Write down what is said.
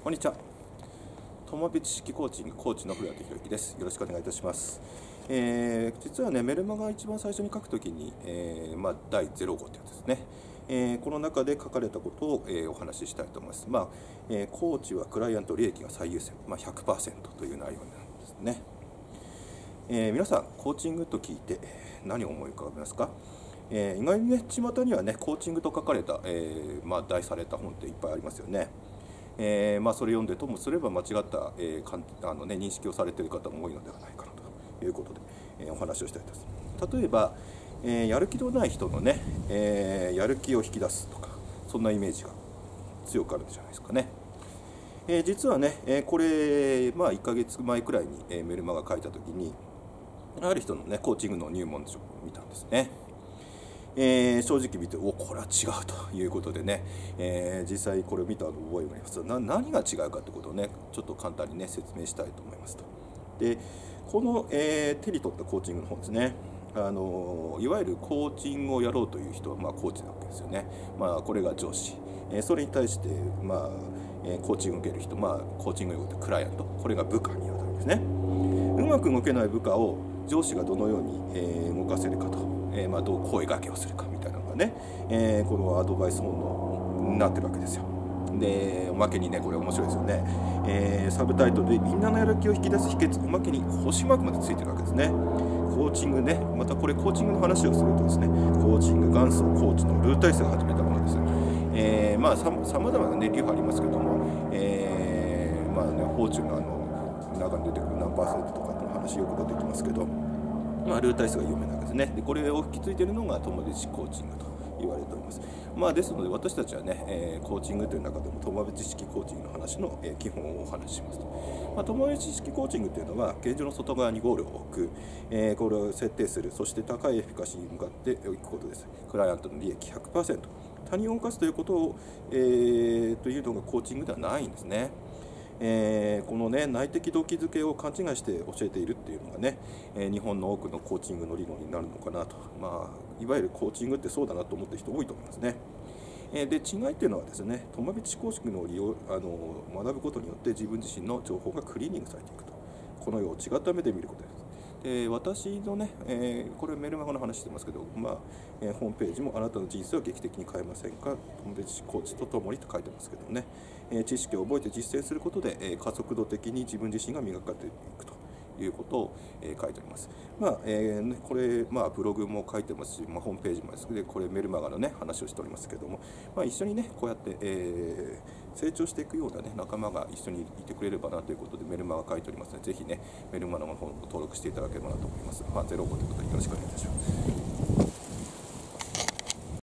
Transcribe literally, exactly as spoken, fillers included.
こんにちは。友部知識コーチングコーチの古谷弘之です。よろしくお願いいたします。えー、実はね、メルマガ一番最初に書くときに、えーまあ、だいゼロごうというやつですね。えーこの中で書かれたことを、えーお話ししたいと思います。まあえーコーチはクライアント利益が最優先、まあ、ひゃくパーセント という内容なんですね。えー皆さん、コーチングと聞いて何を思い浮かべますか？えー意外にね、巷にはね、コーチングと書かれた、えーまあ、題された本っていっぱいありますよね。えーまあ、それを読んでともすれば間違った、えーかんあのね、認識をされている方も多いのではないかなということで、えーお話をしたいです。例えば、えーやる気のない人のね、えーやる気を引き出すとか、そんなイメージが強くあるんじゃないですかね。えー実はね、えーこれ、まあ、いっかげつまえくらいに、えーメルマガ書いたときに、ある人のね、コーチングの入門書を見たんですね。えー正直見て、おこれは違うということでね、えー実際これを見た覚えがあります。な何が違うかということをね、ちょっと簡単にね、説明したいと思いますと。で、この、えー手に取ったコーチングの本ですね。あのいわゆるコーチングをやろうという人は、まあ、コーチなわけですよね。まあ、これが上司、えーそれに対して、まあえーコーチングを受ける人、まあ、コーチング用語でクライアント、これが部下にあたるんですね。うまく動けない部下を上司がどのように、えー動かせるかと、えーまあ、どう声掛けをするかみたいなのがね、えーこのアドバイス本になってるわけですよ。で、おまけにね、これ面白いですよね。えーサブタイトルでみんなのやる気を引き出す秘訣、おまけに星マークまでついてるわけですね。コーチングね、またこれコーチングの話をするとですね、コーチング元祖コーチのルー体制を始めたものです。えーまあさまざまな、ね、流派ありますけども、えーまあね、フォーチュンのあの中に出てくる何パーセントとかの話よく出てきますけど、まあ、ルー体質が有名なわけですね。でこれを引き継いでいるのが友部知識コーチングと言われております。まあ、ですので私たちはね、えーコーチングという中でも友部知識コーチングの話の、えー基本をお話ししますと。まあ、友部知識コーチングというのは現状の外側にゴールを置く、えーこれを設定する、そして高いエフィカシーに向かっていくことです。クライアントの利益 ひゃくパーセント、他人を動かすということを、えーというのがコーチングではないんですね。えーこのね、内的動機づけを勘違いして教えているっていうのがね、えー日本の多くのコーチングの理論になるのかなと、まあ、いわゆるコーチングってそうだなと思ってる人多いと思いますね。えーで違いっていうのはですね、友部知識の利用あの学ぶことによって自分自身の情報がクリーニングされていくと、この世を違った目で見ることです。で私のね、えーこれメルマガの話してますけど、まあえーホームページもあなたの人生を劇的に変えませんか、友部知識コーチとともにと書いてますけどね、えー知識を覚えて実践することで、えー加速度的に自分自身が磨かれていくということを、えー書いております。まあえーね、これ、まあ、ブログも書いてますし、まあ、ホームページもですでこれメルマガの、ね、話をしておりますけども、まあ、一緒にねこうやって、えー成長していくような、ね、仲間が一緒にいてくれればなということでメルマガ書いておりますので、ぜひねメルマガの方を登録していただければなと思います。まあ、ゼロごということでよろしくお願いいたします。